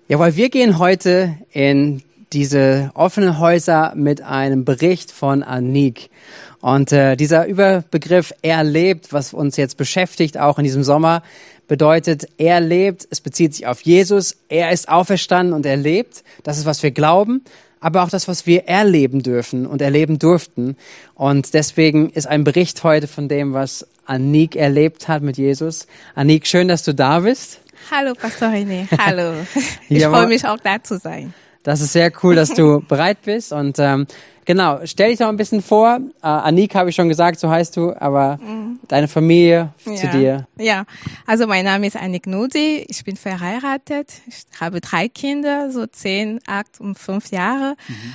Jawohl, wir gehen heute in diese offenen Häuser mit einem Bericht von Anik. Und dieser Überbegriff "Er lebt", was uns jetzt beschäftigt, auch in diesem Sommer, bedeutet, er lebt, es bezieht sich auf Jesus, er ist auferstanden und er lebt. Das ist, was wir glauben, aber auch das, was wir erleben dürfen und erleben durften. Und deswegen ist ein Bericht heute von dem, was Anik erlebt hat mit Jesus. Anik, schön, dass du da bist. Hallo, Pastor René. Hallo. Ich freue mich auch, da zu sein. Das ist sehr cool, dass du bereit bist. Und genau, stell dich doch ein bisschen vor. Anik habe ich schon gesagt, so heißt du, aber deine Familie zu dir. Ja, also mein Name ist Anik Nudi. Ich bin verheiratet. Ich habe 3 Kinder, so 10, 8 und 5 Jahre.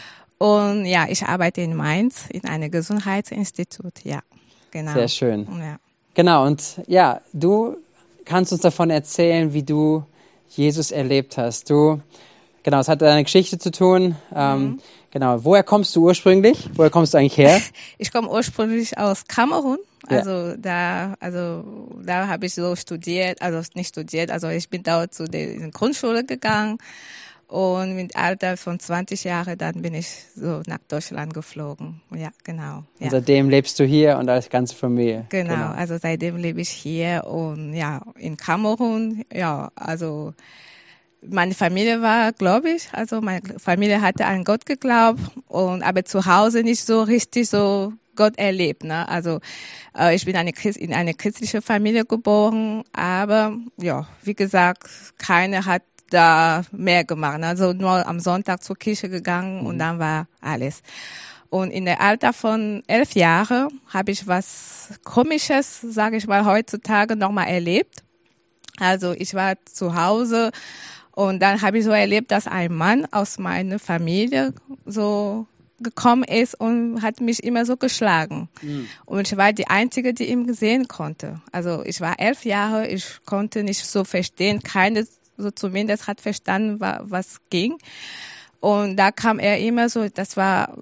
Und ja, ich arbeite in Mainz in einem Gesundheitsinstitut. Ja, genau. Sehr schön. Ja. Genau, und ja, du kannst uns davon erzählen, wie du Jesus erlebt hast. Genau, es hat eine Geschichte zu tun. Genau, woher kommst du ursprünglich? Woher kommst du eigentlich her? Ich komme ursprünglich aus Kamerun. Also da habe ich so studiert, also nicht studiert, also ich bin dort zu der Grundschule gegangen und mit Alter von 20 Jahren dann bin ich so nach Deutschland geflogen. Ja, genau. Ja. Und seitdem lebst du hier und als ganze Familie. Genau, also seitdem lebe ich hier und ja, in Kamerun, ja, also meine Familie war gläubig, also meine Familie hatte an Gott geglaubt aber zu Hause nicht so richtig so Gott erlebt, ne? Also ich bin in eine christliche Familie geboren, aber ja, wie gesagt, keiner hat da mehr gemacht, ne? Also nur am Sonntag zur Kirche gegangen und dann war alles. Und in der Alter von 11 Jahren habe ich was Komisches, sage ich mal, heutzutage nochmal erlebt. Also ich war zu Hause und dann habe ich so erlebt, dass ein Mann aus meiner Familie so gekommen ist und hat mich immer so geschlagen. Und ich war die Einzige, die ihn sehen konnte. Also ich war 11 Jahre, ich konnte nicht so verstehen, keine so zumindest hat verstanden, was ging. Und da kam er immer so, das war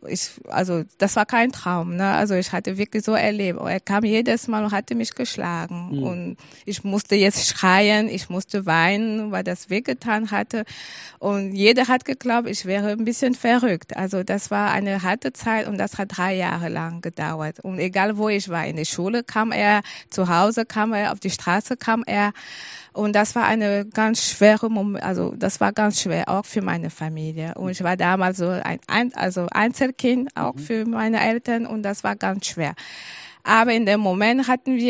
kein Traum, ne? Also ich hatte wirklich so erlebt. Er kam jedes Mal und hatte mich geschlagen. Und ich musste jetzt schreien, ich musste weinen, weil das wehgetan hatte. Und jeder hat geglaubt, ich wäre ein bisschen verrückt. Also das war eine harte Zeit und das hat 3 Jahre lang gedauert. Und egal wo ich war, in der Schule kam er, zu Hause kam er, auf die Straße kam er. Und das war eine ganz schwere Moment, also das war ganz schwer, auch für meine Familie. Und ich war damals so also Einzelkind, auch für meine Eltern, und das war ganz schwer. Aber in dem Moment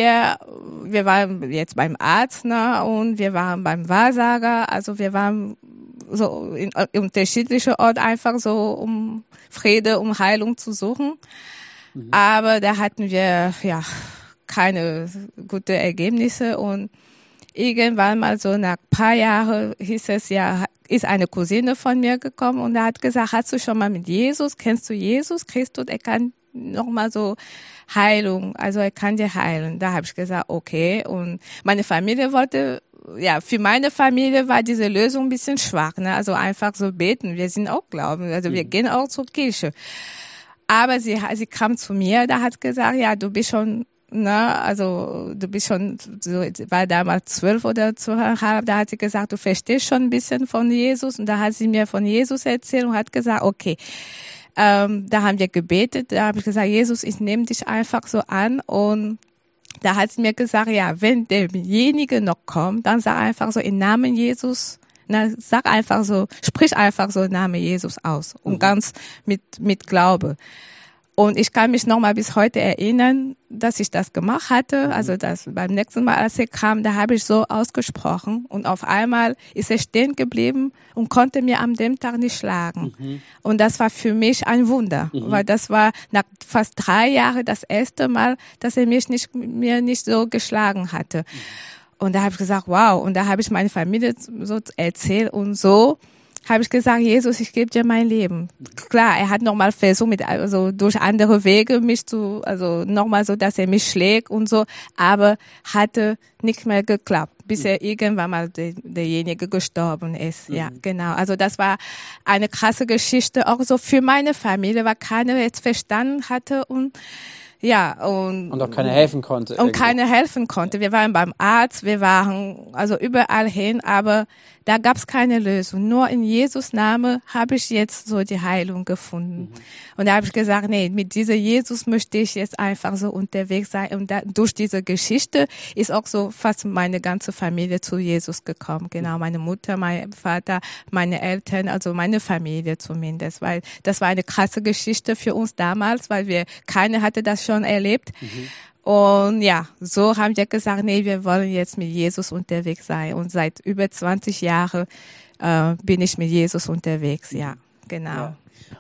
wir waren jetzt beim Arzt, ne, und wir waren beim Wahrsager, also wir waren so in unterschiedliche Orte einfach so, um Friede, um Heilung zu suchen. Aber da hatten wir, ja, keine guten Ergebnisse und irgendwann mal so nach ein paar Jahren hieß es ja, ist eine Cousine von mir gekommen und er hat gesagt, hast du schon mal mit Jesus, kennst du Jesus, Christus, er kann nochmal so Heilung, also er kann dir heilen. Da habe ich gesagt, okay, und meine Familie für meine Familie war diese Lösung ein bisschen schwach, ne? Also einfach so beten, wir sind auch Glauben, also wir gehen auch zur Kirche. Aber sie kam zu mir, da hat gesagt, ja, du bist schon, also du bist schon, so, war damals 12 oder 12,5, da hat sie gesagt, du verstehst schon ein bisschen von Jesus, und da hat sie mir von Jesus erzählt und hat gesagt, okay, da haben wir gebetet, da habe ich gesagt, Jesus, ich nehme dich einfach so an, und da hat sie mir gesagt, ja, wenn derjenige noch kommt, dann sag einfach so im Namen Jesus, sag einfach so, sprich einfach so im Namen Jesus aus und ganz mit Glaube. Und ich kann mich noch mal bis heute erinnern, dass ich das gemacht hatte. Also das beim nächsten Mal, als er kam, da habe ich so ausgesprochen. Und auf einmal ist er stehen geblieben und konnte mir an dem Tag nicht schlagen. Und das war für mich ein Wunder, weil das war nach fast 3 Jahren das erste Mal, dass er mir nicht so geschlagen hatte. Und da habe ich gesagt, wow. Und da habe ich meine Familie so erzählt und so habe ich gesagt, Jesus, ich gebe dir mein Leben. Klar, er hat nochmal versucht, durch andere Wege nochmal so, dass er mich schlägt und so, aber hatte nicht mehr geklappt, bis er irgendwann mal derjenige gestorben ist. Ja, genau. Also das war eine krasse Geschichte, auch so für meine Familie, weil keiner jetzt verstanden hatte und Ja, und auch keiner helfen konnte. Und keiner helfen konnte. Wir waren beim Arzt, wir waren also überall hin, aber da gab es keine Lösung. Nur in Jesus Name habe ich jetzt so die Heilung gefunden. Und da habe ich gesagt, nee, mit dieser Jesus möchte ich jetzt einfach so unterwegs sein. Und durch diese Geschichte ist auch so fast meine ganze Familie zu Jesus gekommen. Genau, meine Mutter, mein Vater, meine Eltern, also meine Familie zumindest. Weil das war eine krasse Geschichte für uns damals, weil keiner hatte das schon erlebt. Und ja, so haben wir gesagt, nee, wir wollen jetzt mit Jesus unterwegs sein. Und seit über 20 Jahren bin ich mit Jesus unterwegs, ja, genau. Ja.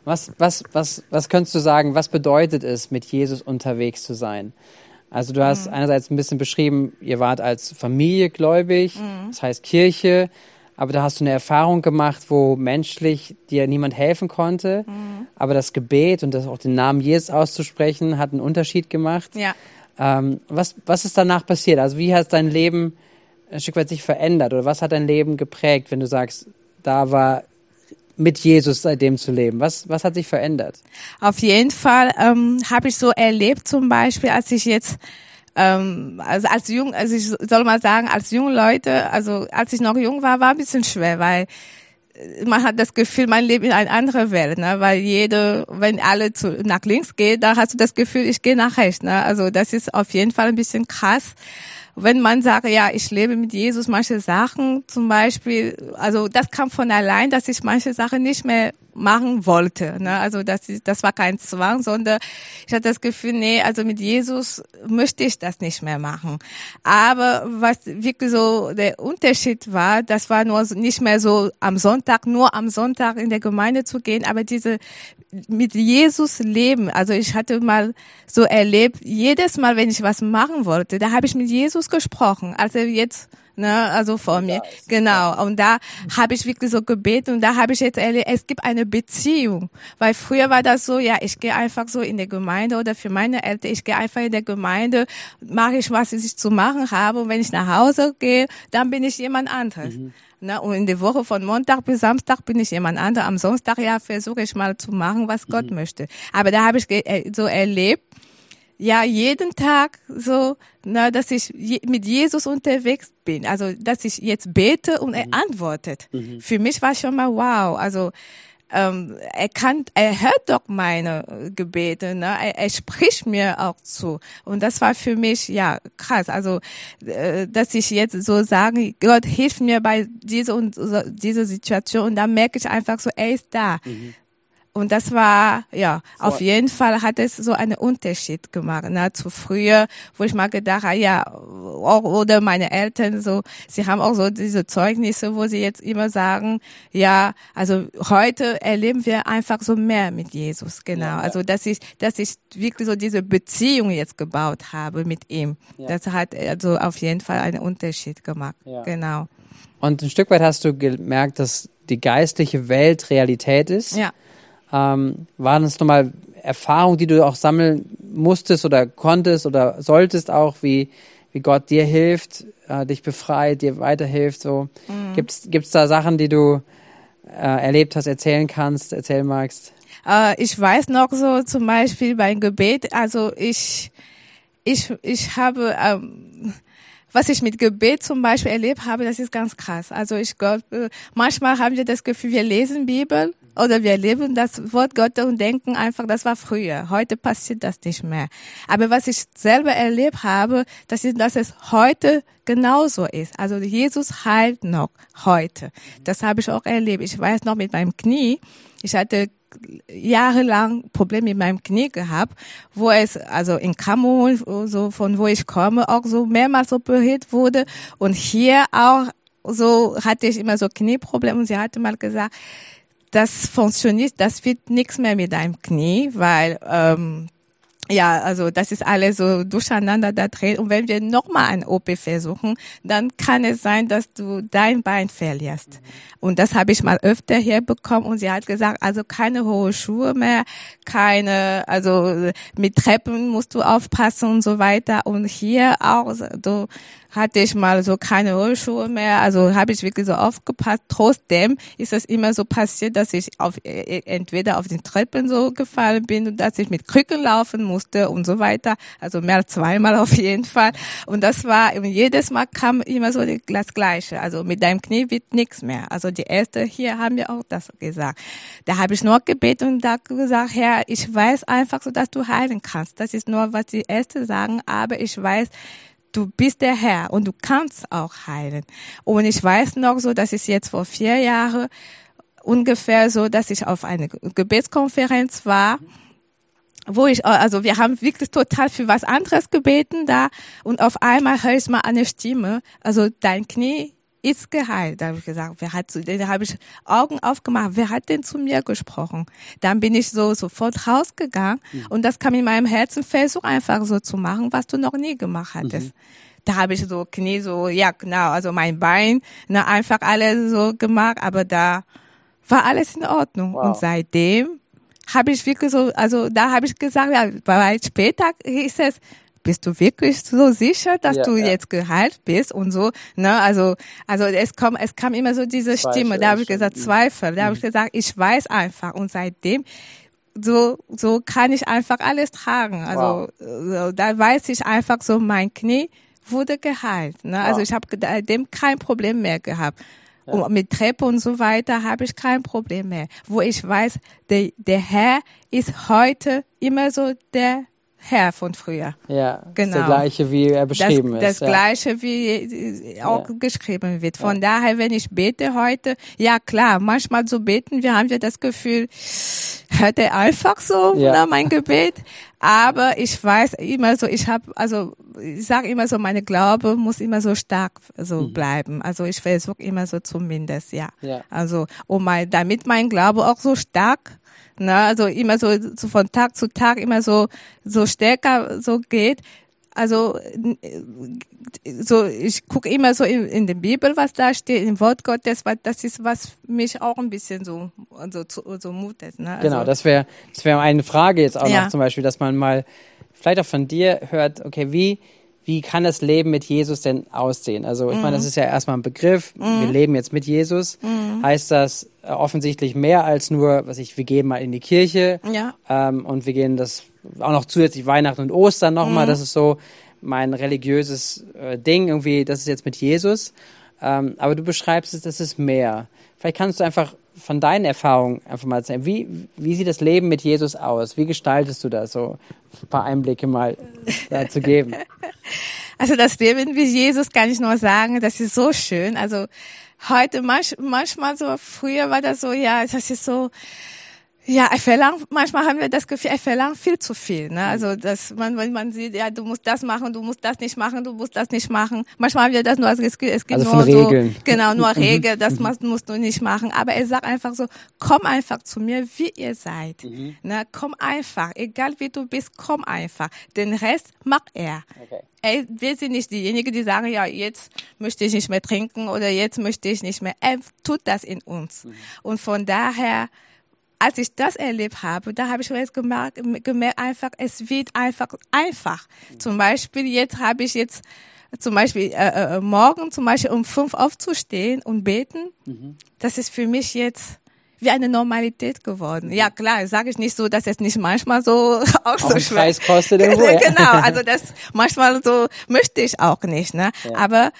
Was könntest du sagen, was bedeutet es, mit Jesus unterwegs zu sein? Also du hast einerseits ein bisschen beschrieben, ihr wart als Familie gläubig, das heißt Kirche, aber da hast du eine Erfahrung gemacht, wo menschlich dir niemand helfen konnte, aber das Gebet und das auch den Namen Jesus auszusprechen, hat einen Unterschied gemacht. Ja. Was ist danach passiert? Also wie hat dein Leben ein Stück weit sich verändert oder was hat dein Leben geprägt, wenn du sagst, da war mit Jesus seitdem zu leben? Was hat sich verändert? Auf jeden Fall habe ich so erlebt, zum Beispiel, als ich jetzt also als ich soll mal sagen, als junge Leute, also als ich noch jung war ein bisschen schwer, weil man hat das Gefühl, man lebt in einer anderen Welt, ne? Weil wenn alle nach links gehen, da hast du das Gefühl, ich gehe nach rechts, ne? Also das ist auf jeden Fall ein bisschen krass. Wenn man sagt, ja, ich lebe mit Jesus, manche Sachen zum Beispiel, also das kam von allein, dass ich manche Sachen nicht mehr machen wollte, ne? Also das war kein Zwang, sondern ich hatte das Gefühl, nee, also mit Jesus möchte ich das nicht mehr machen. Aber was wirklich so der Unterschied war, das war nur nicht mehr so nur am Sonntag in der Gemeinde zu gehen, aber mit Jesus leben. Also ich hatte mal so erlebt, jedes Mal, wenn ich was machen wollte, da habe ich mit Jesus gesprochen. Also jetzt, ne, also vor mir. Genau. Und da habe ich wirklich so gebetet und da habe ich jetzt erlebt, es gibt eine Beziehung. Weil früher war das so, ja, ich gehe einfach so in der Gemeinde oder für meine Eltern, ich gehe einfach in der Gemeinde, mache ich, was ich zu machen habe und wenn ich nach Hause gehe, dann bin ich jemand anderes. Ne, und in der Woche von Montag bis Samstag bin ich jemand anderes. Am Sonntag, ja, versuche ich mal zu machen, was Gott möchte. Aber da habe ich so erlebt, ja, jeden Tag so, ne, dass ich mit Jesus unterwegs bin. Also, dass ich jetzt bete und er antwortet. Für mich war schon mal wow. Also, er hört doch meine Gebete, ne? Er spricht mir auch zu. Und das war für mich, ja, krass. Also, dass ich jetzt so sage, Gott hilft mir bei dieser Situation. Und dann merke ich einfach so, er ist da. Und das war, ja, auf jeden Fall hat es so einen Unterschied gemacht, ne, zu früher, wo ich mal gedacht habe, ja, oder meine Eltern so, sie haben auch so diese Zeugnisse, wo sie jetzt immer sagen, ja, also heute erleben wir einfach so mehr mit Jesus, genau. Ja. Also, dass ich wirklich so diese Beziehung jetzt gebaut habe mit ihm. Ja. Das hat also auf jeden Fall einen Unterschied gemacht, genau. Und ein Stück weit hast du gemerkt, dass die geistliche Welt Realität ist. Ja. Waren das nochmal Erfahrungen, die du auch sammeln musstest oder konntest oder solltest auch, wie Gott dir hilft, dich befreit, dir weiterhilft? So. Gibt's da Sachen, die du erlebt hast, erzählen magst? Ich weiß noch so zum Beispiel beim Gebet, also ich habe was ich mit Gebet zum Beispiel erlebt habe, das ist ganz krass. Also ich glaube, manchmal haben wir das Gefühl, wir lesen Bibel oder wir leben das Wort Gottes und denken einfach, das war früher. Heute passiert das nicht mehr. Aber was ich selber erlebt habe, dass es heute genauso ist. Also Jesus heilt noch heute. Das habe ich auch erlebt. Ich weiß noch mit meinem Knie, ich hatte jahrelang Probleme mit meinem Knie gehabt, wo es also in Kamerun, so von wo ich komme, auch so mehrmals operiert wurde und hier auch so hatte ich immer so Knieprobleme und sie hatte mal gesagt, das funktioniert, das wird nichts mehr mit deinem Knie, weil ja, also das ist alles so durcheinander da drin. Und wenn wir nochmal ein OP versuchen, dann kann es sein, dass du dein Bein verlierst. Und das habe ich mal öfter herbekommen und sie hat gesagt, also keine hohen Schuhe mehr, also mit Treppen musst du aufpassen und so weiter. Und hier auch so hatte ich mal so keine Rollschuhe mehr, also habe ich wirklich so aufgepasst. Trotzdem ist es immer so passiert, dass ich entweder auf den Treppen so gefallen bin und dass ich mit Krücken laufen musste und so weiter. Also mehr als zweimal auf jeden Fall. Und das war, jedes Mal kam immer so das Gleiche. Also mit deinem Knie wird nichts mehr. Also die Ärzte hier haben ja auch das gesagt. Da habe ich nur gebetet und da gesagt, Herr, ich weiß einfach so, dass du heilen kannst. Das ist nur, was die Ärzte sagen, aber ich weiß, du bist der Herr und du kannst auch heilen. Und ich weiß noch so, dass ich jetzt vor 4 Jahren ungefähr so, dass ich auf eine Gebetskonferenz war, wo also wir haben wirklich total für was anderes gebeten da und auf einmal höre ich mal eine Stimme, also dein Knie ist geheilt. Da habe ich gesagt, da habe ich Augen aufgemacht, wer hat denn zu mir gesprochen? Dann bin ich so sofort rausgegangen und das kam in meinem Herzen, versuch einfach so zu machen, was du noch nie gemacht hattest. Da habe ich so Knie so, ja genau, also mein Bein, einfach alles so gemacht, aber da war alles in Ordnung. Wow. Und seitdem habe ich wirklich so, also da habe ich gesagt, ja, weil später hieß es, bist du wirklich so sicher, dass du jetzt geheilt bist und so, ne, also es kam immer so diese Stimme, da habe ich gesagt, Zweifel, da habe ich gesagt, ich weiß einfach und seitdem so kann ich einfach alles tragen, also so, da weiß ich einfach so, mein Knie wurde geheilt, ne, also ich habe dem kein Problem mehr gehabt. Ja. Und mit Treppe und so weiter habe ich kein Problem mehr. Wo ich weiß, der Herr ist heute immer so der Herr von früher. Ja, genau. Ist der gleiche, wie er beschrieben ist. Das gleiche, wie auch geschrieben wird. Von daher, wenn ich bete heute, ja klar, manchmal so beten, wir haben ja das Gefühl, hört er einfach so, mein Gebet. Aber ich weiß immer so, ich sage immer so, meine Glaube muss immer so stark so bleiben. Also ich versuche immer so zumindest, ja. Also, damit mein Glaube auch so stark, also immer so von Tag zu Tag immer so stärker so geht. Also so ich gucke immer so in der Bibel, was da steht, im Wort Gottes, weil das ist, was mich auch ein bisschen so mutet. Ne? Also, genau, das wäre eine Frage jetzt auch noch zum Beispiel, dass man mal vielleicht auch von dir hört, okay, wie kann das Leben mit Jesus denn aussehen? Also ich meine, das ist ja erstmal ein Begriff, wir leben jetzt mit Jesus. Heißt das offensichtlich mehr als nur, wir gehen mal in die Kirche und wir gehen das auch noch zusätzlich Weihnachten und Ostern nochmal, das ist so mein religiöses Ding, irgendwie, das ist jetzt mit Jesus. Aber du beschreibst es, das ist mehr. Vielleicht kannst du einfach von deinen Erfahrungen einfach mal erzählen, wie sieht das Leben mit Jesus aus? Wie gestaltest du das? So ein paar Einblicke mal zu geben. Also das Leben mit Jesus kann ich nur sagen, das ist so schön. Also heute manchmal so, früher war das so, ja, das ist so, ja, manchmal haben wir das Gefühl, er verlangt viel zu viel, ne? Also, wenn man sieht, ja, du musst das machen, du musst das nicht machen, du musst das nicht machen. Manchmal haben wir das nur als Gefühl, es gibt also nur von Regeln. So, genau, nur Regeln, das musst du nicht machen. Aber er sagt einfach so, komm einfach zu mir, wie ihr seid. Ne? Komm einfach, egal wie du bist, komm einfach. Den Rest macht er. Okay. Wir sind nicht diejenigen, die sagen, ja, jetzt möchte ich nicht mehr trinken oder jetzt möchte ich nicht mehr. Er tut das in uns. Und von daher, als ich das erlebt habe, da habe ich jetzt gemerkt einfach, es wird einfach. Zum Beispiel, morgen zum Beispiel um 5 aufzustehen und beten, das ist für mich jetzt wie eine Normalität geworden. Ja, klar, sage ich nicht so, dass es nicht manchmal so auch so schwer Preis kostet irgendwo. Genau, also das manchmal so möchte ich auch nicht, ne? Ja. Aber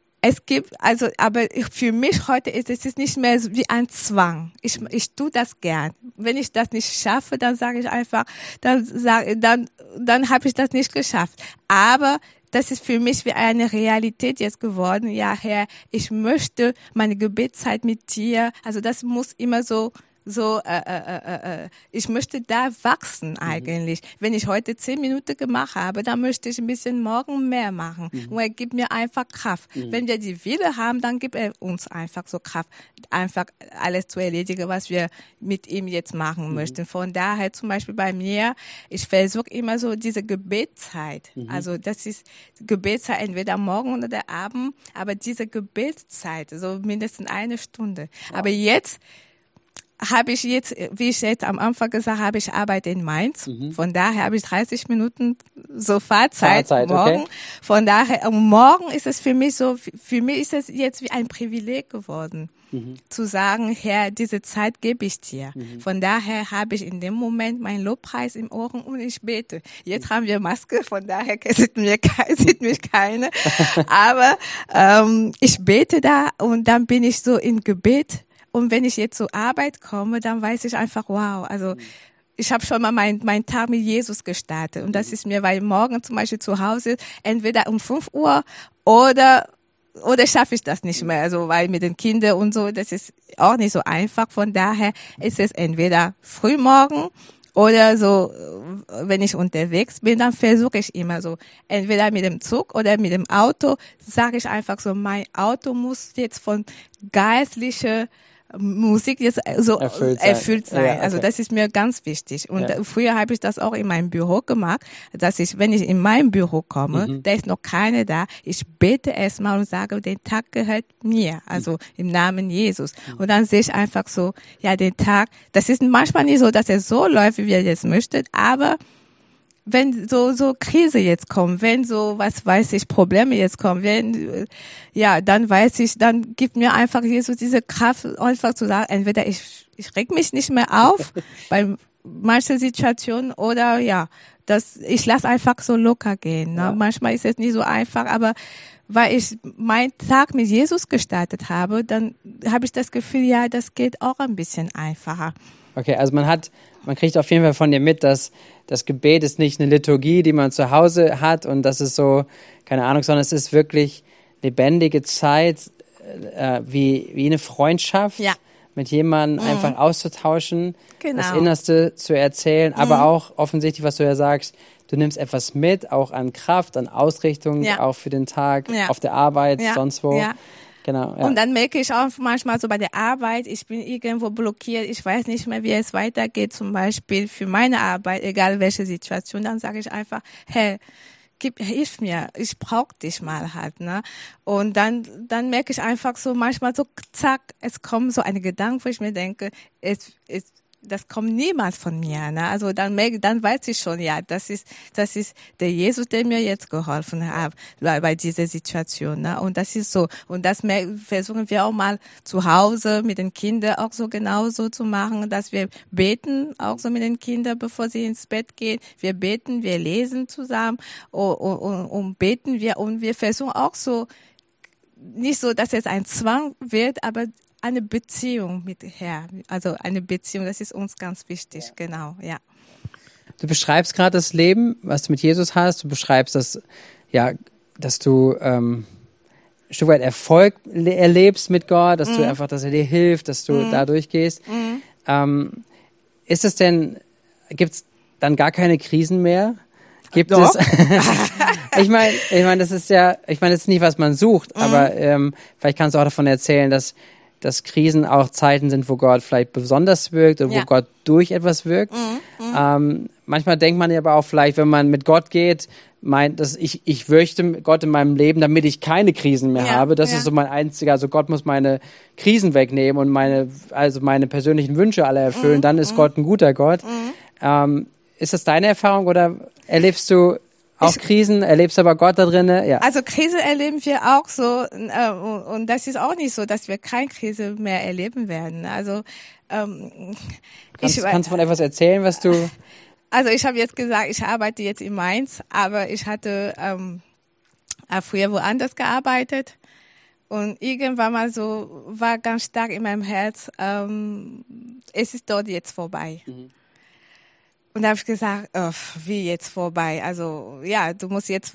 für mich heute ist es nicht mehr wie ein Zwang. Ich tue das gern. Wenn ich das nicht schaffe, dann sage ich einfach, dann habe ich das nicht geschafft. Aber das ist für mich wie eine Realität jetzt geworden. Ja, Herr, ich möchte meine Gebetszeit mit dir. Also das muss immer ich möchte da wachsen eigentlich. Wenn ich heute 10 Minuten gemacht habe, dann möchte ich ein bisschen morgen mehr machen. Und er gibt mir einfach Kraft. Wenn wir die Wille haben, dann gibt er uns einfach so Kraft, einfach alles zu erledigen, was wir mit ihm jetzt machen möchten. Von daher zum Beispiel bei mir, ich versuche immer so diese Gebetszeit. Also das ist Gebetszeit entweder morgen oder Abend, aber diese Gebetszeit, so mindestens 1 Stunde. Wow. Aber jetzt habe ich jetzt, wie ich jetzt am Anfang gesagt habe, ich arbeite in Mainz. Von daher habe ich 30 Minuten so Fahrzeit morgen. Okay. Von daher, morgen ist es für mich so, für mich ist es jetzt wie ein Privileg geworden, zu sagen, Herr, diese Zeit gebe ich dir. Von daher habe ich in dem Moment meinen Lobpreis im Ohren und ich bete. Jetzt haben wir Maske, von daher sieht mich keine. Aber ich bete da und dann bin ich so in Gebet. Und wenn ich jetzt zur Arbeit komme, dann weiß ich einfach, wow, also ich habe schon mal meinen Tag mit Jesus gestartet. Und das ist mir, weil morgen zum Beispiel zu Hause, entweder um 5 Uhr oder schaffe ich das nicht mehr. Also weil mit den Kindern und so, das ist auch nicht so einfach. Von daher ist es entweder frühmorgen oder so, wenn ich unterwegs bin, dann versuche ich immer so, entweder mit dem Zug oder mit dem Auto, sage ich einfach so, mein Auto muss jetzt von geistlicher Musik jetzt so erfüllt sein. Ja, okay. Also das ist mir ganz wichtig. Und früher habe ich das auch in meinem Büro gemacht, dass ich, wenn ich in mein Büro komme, da ist noch keiner da, ich bete erstmal und sage, der Tag gehört mir, also im Namen Jesus. Und dann sehe ich einfach so, ja, den Tag, das ist manchmal nicht so, dass er so läuft, wie ihr jetzt möchtet, aber wenn so Krise jetzt kommt, wenn so, was weiß ich, Probleme jetzt kommen, wenn, ja, dann weiß ich, dann gibt mir einfach Jesus diese Kraft, einfach zu sagen, entweder ich reg mich nicht mehr auf bei manchen Situationen oder ja, ich lasse einfach so locker gehen. Ne? Ja. Manchmal ist es nicht so einfach, aber weil ich meinen Tag mit Jesus gestartet habe, dann habe ich das Gefühl, ja, das geht auch ein bisschen einfacher. Okay, also man kriegt auf jeden Fall von dir mit, dass das Gebet ist nicht eine Liturgie, die man zu Hause hat und das ist so, keine Ahnung, sondern es ist wirklich lebendige Zeit, wie eine Freundschaft mit jemandem einfach auszutauschen, das Innerste zu erzählen, aber auch offensichtlich, was du ja sagst, du nimmst etwas mit, auch an Kraft, an Ausrichtung, auch für den Tag, auf der Arbeit, sonst wo. Ja. Genau, ja. Und dann merke ich auch manchmal so bei der Arbeit, ich bin irgendwo blockiert, ich weiß nicht mehr, wie es weitergeht, zum Beispiel für meine Arbeit, egal welche Situation, dann sage ich einfach, hey, hilf mir, ich brauche dich mal halt, ne? Und dann merke ich einfach so manchmal so, zack, es kommen so eine Gedanken, wo ich mir denke, das kommt niemals von mir, ne? Also dann weiß ich schon, ja, das ist der Jesus, der mir jetzt geholfen hat bei dieser Situation, ne? Und das ist so. Und das versuchen wir auch mal zu Hause mit den Kindern auch so genauso zu machen, dass wir beten, auch so mit den Kindern, bevor sie ins Bett gehen. Wir beten, wir lesen zusammen und beten wir und wir versuchen auch so, nicht so, dass es ein Zwang wird, aber eine Beziehung mit Herrn, also eine Beziehung, das ist uns ganz wichtig, genau, ja. Du beschreibst gerade das Leben, was du mit Jesus hast, du beschreibst das, ja, dass du ein Stück weit Erfolg erlebst mit Gott, dass du einfach, dass er dir hilft, dass du da durchgehst. Ist es denn, gibt's dann gar keine Krisen mehr? Gibt es? Ich meine, das ist ja, das ist nicht, was man sucht, aber vielleicht kannst du auch davon erzählen, dass Krisen auch Zeiten sind, wo Gott vielleicht besonders wirkt oder wo Gott durch etwas wirkt. Manchmal denkt man ja aber auch vielleicht, wenn man mit Gott geht, meint, dass ich fürchte Gott in meinem Leben, damit ich keine Krisen mehr habe. Das ist so mein einziger, also Gott muss meine Krisen wegnehmen und meine persönlichen Wünsche alle erfüllen. Dann ist Gott ein guter Gott. Ist das deine Erfahrung oder erlebst du auch Krisen, erlebst aber Gott da drin? Ja. Also Krise erleben wir auch so und das ist auch nicht so, dass wir keine Krise mehr erleben werden. Also kannst du von etwas erzählen, was du... Also ich habe jetzt gesagt, ich arbeite jetzt in Mainz, aber ich hatte früher woanders gearbeitet und irgendwann mal so war ganz stark in meinem Herz, es ist dort jetzt vorbei. Und da habe ich gesagt, wie jetzt vorbei? Also ja, du musst jetzt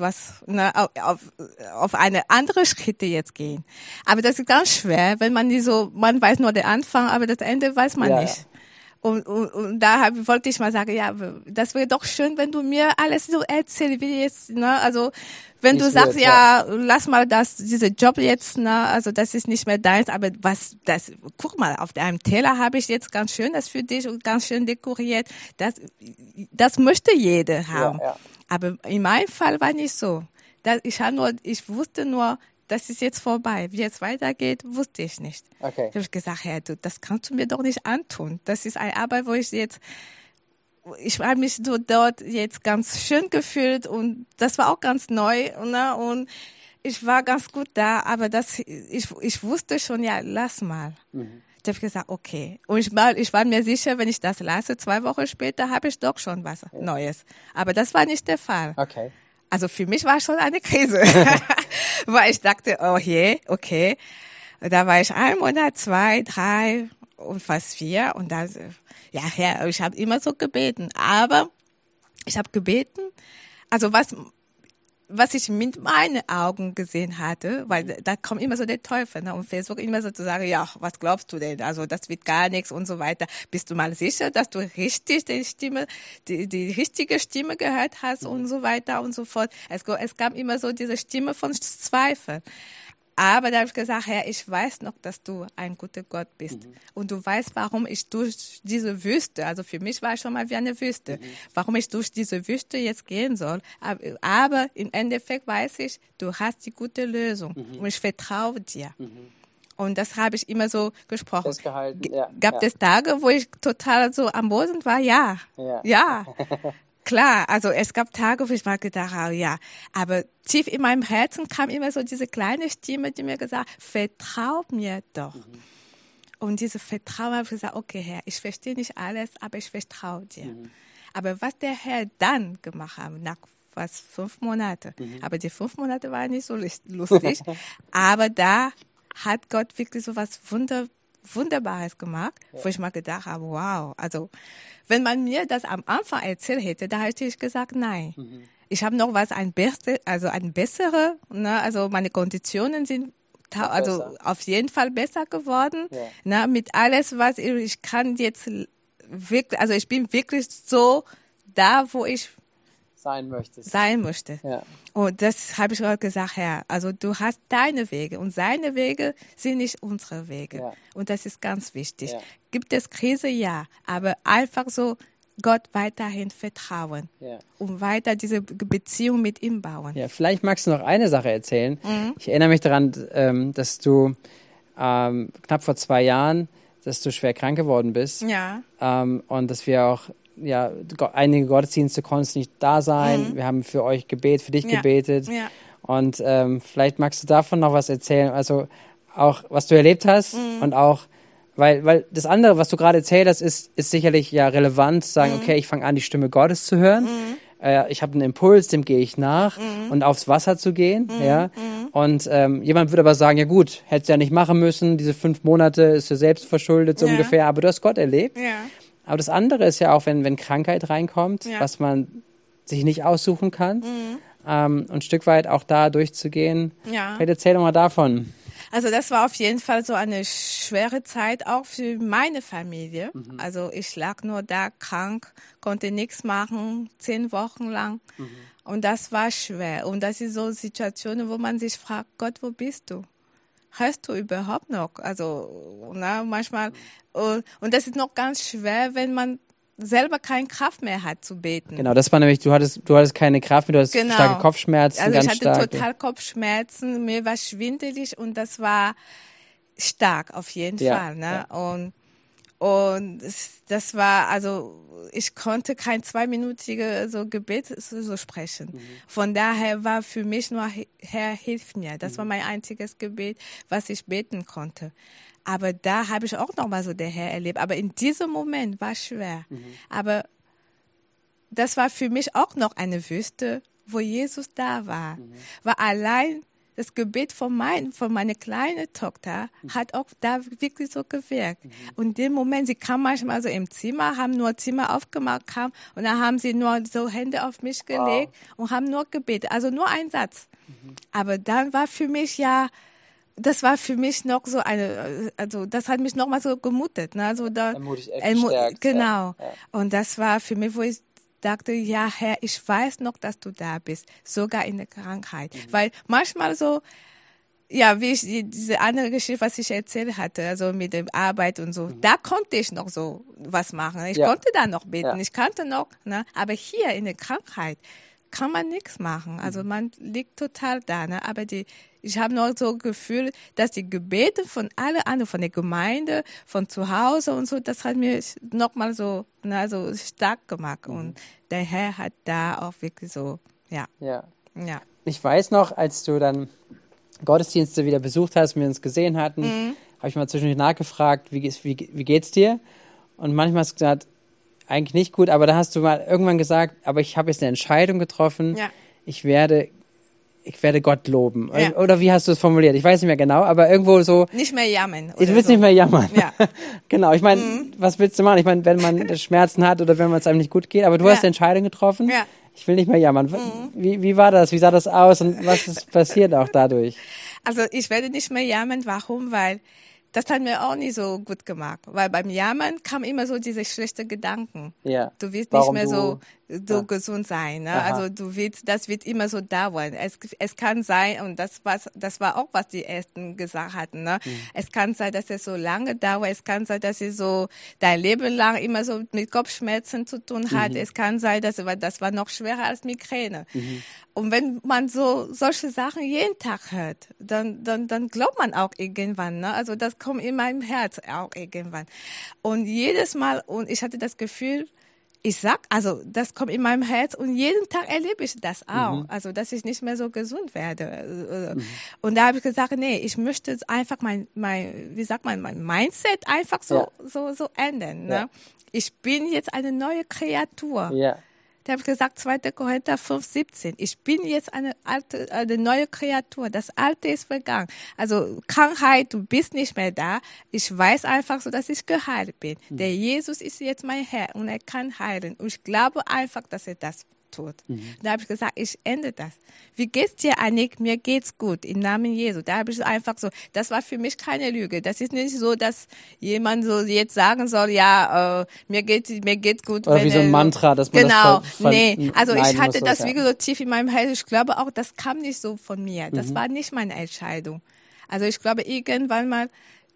auf eine andere Schritte jetzt gehen. Aber das ist ganz schwer, wenn man man weiß nur den Anfang, aber das Ende weiß man nicht. Und da wollte ich mal sagen, ja, das wäre doch schön, wenn du mir alles so erzählst, wie jetzt, ne, also, wenn du sagst, ja, lass mal dieser Job jetzt, ne, also, das ist nicht mehr deins, aber guck mal, auf deinem Teller habe ich jetzt ganz schön das für dich und ganz schön dekoriert, das möchte jeder haben. Ja. Aber in meinem Fall war nicht so. Ich wusste nur, das ist jetzt vorbei. Wie es weitergeht, wusste ich nicht. Okay. Da habe ich gesagt, Herr, das kannst du mir doch nicht antun. Das ist eine Arbeit, wo ich habe mich so dort jetzt ganz schön gefühlt und das war auch ganz neu, ne? Und ich war ganz gut da, aber ich wusste schon, ja, lass mal. Da habe ich gesagt, okay. Und ich war mir sicher, wenn ich das lasse, 2 Wochen später habe ich doch schon was Neues. Aber das war nicht der Fall. Okay. Also für mich war schon eine Krise, weil ich dachte, oh je, okay. Da war ich 1 Monat, 2, 3 und fast 4 und dann, ja, Herr, ich habe immer so gebeten. Aber ich habe gebeten, also was ich mit meinen Augen gesehen hatte, weil da kommt immer so der Teufel, ne, und Facebook immer so zu sagen, ja, was glaubst du denn? Also das wird gar nichts und so weiter. Bist du mal sicher, dass du richtig die richtige Stimme gehört hast und so weiter und so fort. Es gab immer so diese Stimme von Zweifel. Aber da habe ich gesagt, Herr, ich weiß noch, dass du ein guter Gott bist. Und du weißt, warum ich durch diese Wüste, also für mich war es schon mal wie eine Wüste, warum ich durch diese Wüste jetzt gehen soll. Aber im Endeffekt weiß ich, du hast die gute Lösung. Und ich vertraue dir. Und das habe ich immer so gesprochen. Festgehalten, ja. Gab es Tage, wo ich total so am Boden war? Ja. Klar, also es gab Tage, wo ich mal gedacht habe, ja, aber tief in meinem Herzen kam immer so diese kleine Stimme, die mir gesagt hat, vertrau mir doch. Und diese Vertrauen habe ich gesagt, okay, Herr, ich verstehe nicht alles, aber ich vertraue dir. Aber was der Herr dann gemacht hat, nach 5 Monate, aber die 5 Monate waren nicht so lustig, aber da hat Gott wirklich so was Wunderbares gemacht, wo ich mal gedacht habe, wow, also wenn man mir das am Anfang erzählt hätte, da hätte ich gesagt, nein. Ich habe noch ein bessere, ne, also meine Konditionen sind also auf jeden Fall besser geworden, ne, mit alles, was ich kann jetzt wirklich, also ich bin wirklich so da, wo ich sein möchte. Ja. Und das habe ich auch gesagt, Herr, also du hast deine Wege und seine Wege sind nicht unsere Wege. Ja. Und das ist ganz wichtig. Ja. Gibt es Krise? Ja, aber einfach so Gott weiterhin vertrauen und weiter diese Beziehung mit ihm bauen. Ja, vielleicht magst du noch eine Sache erzählen. Ich erinnere mich daran, dass du knapp vor 2 Jahren, dass du schwer krank geworden bist. Ja. Und dass wir auch einige Gottesdienste konntest nicht da sein. Wir haben für dich gebetet. Ja. Und vielleicht magst du davon noch was erzählen. Also auch, was du erlebt hast und auch, weil das andere, was du gerade erzählt hast, ist sicherlich ja relevant, zu sagen, okay, ich fange an, die Stimme Gottes zu hören. Ich habe einen Impuls, dem gehe ich nach und aufs Wasser zu gehen. Ja. Und jemand würde aber sagen, ja gut, hättest ja nicht machen müssen, diese 5 Monate ist ja selbst verschuldet, so ungefähr, aber du hast Gott erlebt. Ja. Aber das andere ist ja auch, wenn Krankheit reinkommt, was man sich nicht aussuchen kann, ein Stück weit auch da durchzugehen. Ja. Vielleicht erzähl doch mal davon. Also das war auf jeden Fall so eine schwere Zeit auch für meine Familie. Also ich lag nur da krank, konnte nichts machen, 10 Wochen lang. Und das war schwer. Und das sind so Situationen, wo man sich fragt, Gott, wo bist du? Hörst du überhaupt noch? Also manchmal. Und das ist noch ganz schwer, wenn man selber keine Kraft mehr hat zu beten. Genau, das war nämlich, du hattest keine Kraft mehr, du hattest starke Kopfschmerzen. Also ich hatte total Kopfschmerzen, mir war schwindelig und das war stark auf jeden Fall. Ne? Ja. Und das war, also ich konnte kein 2-minütige so Gebet so sprechen. Von daher war für mich nur, Herr, hilf mir. Das war mein einziges Gebet, was ich beten konnte. Aber da habe ich auch noch mal so den Herr erlebt. Aber in diesem Moment war es schwer. Aber das war für mich auch noch eine Wüste, wo Jesus da war. Weil allein das Gebet von meiner kleinen Tochter hat auch da wirklich so gewirkt. Und in dem Moment, sie kam manchmal so im Zimmer, haben nur Zimmer aufgemacht, kam und dann haben sie nur so Hände auf mich gelegt und haben nur gebetet. Also nur ein Satz. Aber dann war für mich das war für mich noch so also das hat mich noch mal so gemutet, ne? Also da ermutigt, genau. Ja. Und das war für mich, wo ich dachte, ja Herr, ich weiß noch, dass du da bist, sogar in der Krankheit, weil manchmal so, ja, wie ich diese andere Geschichte, was ich erzählt hatte, also mit der Arbeit und so, da konnte ich noch so was machen, ich konnte da noch beten, ich kannte noch, ne? Aber hier in der Krankheit kann man nichts machen. Also man liegt total da, ne? Aber ich habe noch so Gefühl, dass die Gebete von alle anderen, von der Gemeinde, von zu Hause und so, das hat mir nochmal so, so stark gemacht. Und der Herr hat da auch wirklich so, ja. Ich weiß noch, als du dann Gottesdienste wieder besucht hast und wir uns gesehen hatten, habe ich mal zwischendurch nachgefragt, wie geht's dir? Und manchmal hast du gesagt, eigentlich nicht gut, aber da hast du mal irgendwann gesagt, aber ich habe jetzt eine Entscheidung getroffen, ich werde Gott loben. Ja. Oder wie hast du es formuliert? Ich weiß nicht mehr genau, aber irgendwo so... Nicht mehr jammern. Du willst nicht mehr jammern. Ja. Genau, ich meine, was willst du machen? Ich meine, wenn man Schmerzen hat oder wenn man es einem nicht gut geht, aber du hast eine Entscheidung getroffen, ich will nicht mehr jammern. Wie war das? Wie sah das aus und was ist passiert auch dadurch? Also ich werde nicht mehr jammern. Warum? Weil das hat mir auch nicht so gut gemacht. Weil beim Jammern kamen immer so diese schlechten Gedanken. Ja. Du willst nicht mehr so gesund sein. Ne? Also das wird immer so dauern. Es kann sein, und das war auch, was die Ersten gesagt hatten. Ne? Es kann sein, dass es so lange dauert. Es kann sein, dass es so dein Leben lang immer so mit Kopfschmerzen zu tun hat. Es kann sein, das war noch schwerer als Migräne. Und wenn man so solche Sachen jeden Tag hört, dann glaubt man auch irgendwann. Ne? Also das kommt in meinem Herz auch irgendwann. Und jedes Mal, und ich hatte das Gefühl, also das kommt in meinem Herz und jeden Tag erlebe ich das auch. Also, dass ich nicht mehr so gesund werde. Und da habe ich gesagt, nee, ich möchte jetzt einfach mein Mindset einfach so ändern. Ne? Ja. Ich bin jetzt eine neue Kreatur. Ja. Da habe ich gesagt, 2. Korinther 5,17. Ich bin jetzt eine neue Kreatur. Das Alte ist vergangen. Also Krankheit, du bist nicht mehr da. Ich weiß einfach so, dass ich geheilt bin. Der Jesus ist jetzt mein Herr und er kann heilen. Und ich glaube einfach, dass er das tut. Da habe ich gesagt, ich ende das. Wie geht's dir, Annik? Mir geht's gut, im Namen Jesu. Da habe ich einfach so, das war für mich keine Lüge. Das ist nicht so, dass jemand so jetzt sagen soll, ja, mir geht's gut. Oder wie so ein Mantra, dass man genau, das nee. Also ich hatte muss, das wie so tief in meinem Herzen. Ich glaube auch, das kam nicht so von mir. Das war nicht meine Entscheidung. Also ich glaube, irgendwann mal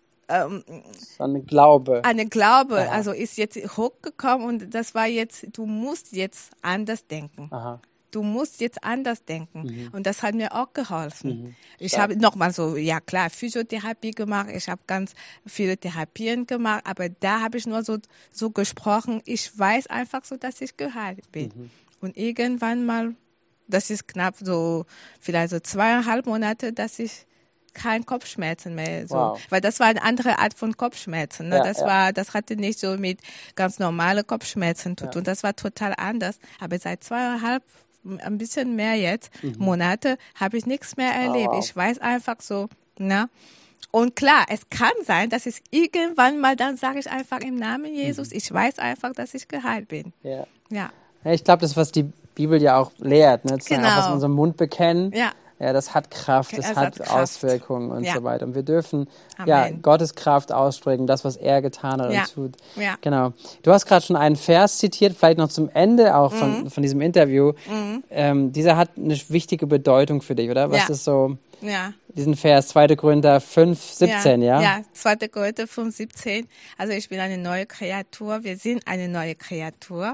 Eine Glaube. Also ist jetzt hochgekommen und das war jetzt, du musst jetzt anders denken. Du musst jetzt anders denken. Und das hat mir auch geholfen. Ich habe nochmal so, ja klar, Physiotherapie gemacht, ich habe ganz viele Therapien gemacht, aber da habe ich nur so gesprochen, ich weiß einfach so, dass ich geheilt bin. Und irgendwann mal, das ist knapp so, vielleicht so 2,5 Monate, dass ich kein Kopfschmerzen mehr, so. Wow. Weil das war eine andere Art von Kopfschmerzen, ne? Das hatte nicht so mit ganz normale Kopfschmerzen zu tun. Das war total anders. Aber seit 2,5, ein bisschen mehr jetzt, Monate, habe ich nichts mehr erlebt. Wow. Ich weiß einfach so, ne? Und klar, es kann sein, dass ich irgendwann mal, dann sage ich einfach im Namen Jesus, ich weiß einfach, dass ich geheilt bin. Ja. Ich glaube, das, was die Bibel ja auch lehrt, ne? Genau. Auch was in unserem Mund bekennen. Ja, das hat Kraft, das hat Kraft. Auswirkungen und so weiter. Und wir dürfen Amen. Gottes Kraft aussprechen, das, was er getan hat und tut. Ja. Genau. Du hast gerade schon einen Vers zitiert, vielleicht noch zum Ende auch von diesem Interview. Dieser hat eine wichtige Bedeutung für dich, oder? Was ist so diesen Vers, 2. Korinther 5,17, ja? Ja, 2. Korinther 5,17. Also ich bin eine neue Kreatur, wir sind eine neue Kreatur.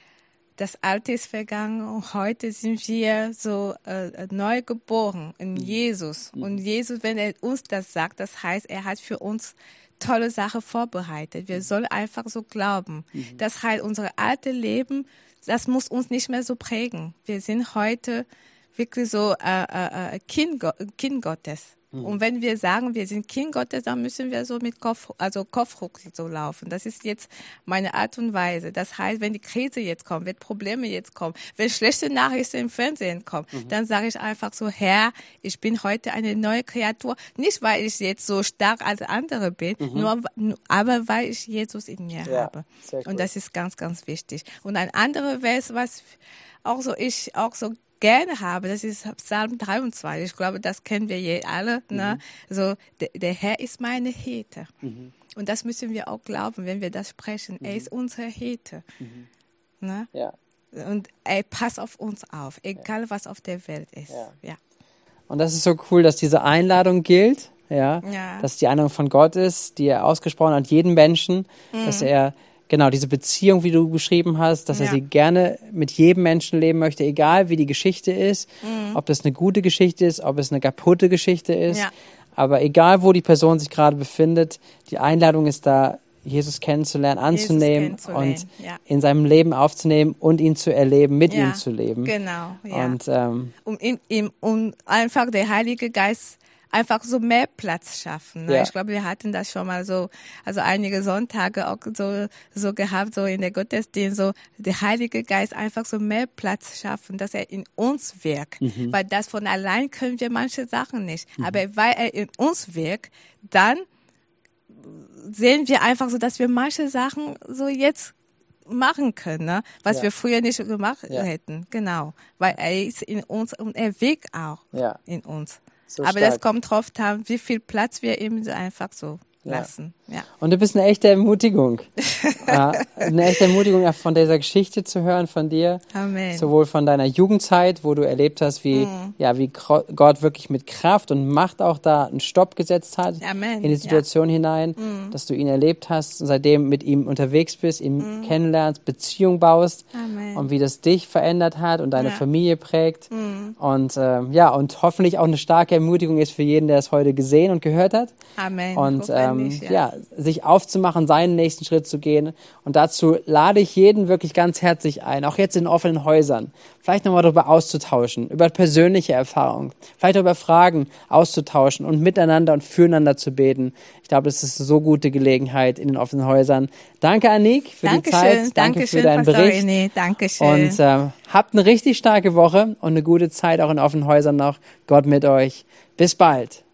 Das Alte ist vergangen und heute sind wir so neu geboren in Jesus. Und Jesus, wenn er uns das sagt, das heißt, er hat für uns tolle Sachen vorbereitet. Wir sollen einfach so glauben. Das heißt, unser altes Leben, das muss uns nicht mehr so prägen. Wir sind heute wirklich so Kind Gottes. Und wenn wir sagen, wir sind Kind Gottes, dann müssen wir so mit Kopfruck so laufen. Das ist jetzt meine Art und Weise. Das heißt, wenn die Krise jetzt kommt, wenn Probleme jetzt kommen, wenn schlechte Nachrichten im Fernsehen kommen, dann sage ich einfach so, Herr, ich bin heute eine neue Kreatur. Nicht, weil ich jetzt so stark als andere bin, aber weil ich Jesus in mir habe. Und das ist ganz, ganz wichtig. Und ein anderer Vers, was ich auch so gerne habe, das ist Psalm 23. Ich glaube, das kennen wir alle. Ne? So, der Herr ist meine Hirte. Und das müssen wir auch glauben, wenn wir das sprechen. Er ist unser Hirte. Ne? Und er passt auf uns auf, egal was auf der Welt ist. Ja. Und das ist so cool, dass diese Einladung gilt, dass die Einladung von Gott ist, die er ausgesprochen hat, jeden Menschen, dass er genau, diese Beziehung, wie du beschrieben hast, dass er sie gerne mit jedem Menschen leben möchte, egal wie die Geschichte ist, ob das eine gute Geschichte ist, ob es eine kaputte Geschichte ist. Ja. Aber egal, wo die Person sich gerade befindet, die Einladung ist da, Jesus kennenzulernen, anzunehmen und in seinem Leben aufzunehmen und ihn zu erleben, mit ihm zu leben. Genau, ja. Und einfach der Heilige Geist einfach so mehr Platz schaffen. Ne? Ja. Ich glaube, wir hatten das schon mal so, also einige Sonntage auch so gehabt, so in der Gottesdienst, so der Heilige Geist einfach so mehr Platz schaffen, dass er in uns wirkt. Weil das von allein können wir manche Sachen nicht. Aber weil er in uns wirkt, dann sehen wir einfach so, dass wir manche Sachen so jetzt machen können, ne? Was wir früher nicht gemacht hätten. Genau. Weil er ist in uns und er wirkt auch in uns. So aber stark. das kommt drauf an, wie viel Platz wir ihm einfach so lassen. Ja. Und du bist eine echte Ermutigung. Eine echte Ermutigung, von dieser Geschichte zu hören von dir. Amen. Sowohl von deiner Jugendzeit, wo du erlebt hast, wie Gott wirklich mit Kraft und Macht auch da einen Stopp gesetzt hat Amen. in die Situation hinein, dass du ihn erlebt hast und seitdem mit ihm unterwegs bist, ihn kennenlernst, Beziehung baust. Amen. Und wie das dich verändert hat und deine Familie prägt. Und und hoffentlich auch eine starke Ermutigung ist für jeden, der es heute gesehen und gehört hat. Amen. Und sich aufzumachen, seinen nächsten Schritt zu gehen. Und dazu lade ich jeden wirklich ganz herzlich ein, auch jetzt in offenen Häusern, vielleicht nochmal darüber auszutauschen, über persönliche Erfahrungen, vielleicht über Fragen auszutauschen und miteinander und füreinander zu beten. Ich glaube, das ist eine so gute Gelegenheit in den offenen Häusern. Danke, Anik, für die Zeit. Danke für deinen Bericht. René. Dankeschön. Und habt eine richtig starke Woche und eine gute Zeit auch in offenen Häusern noch. Gott mit euch. Bis bald.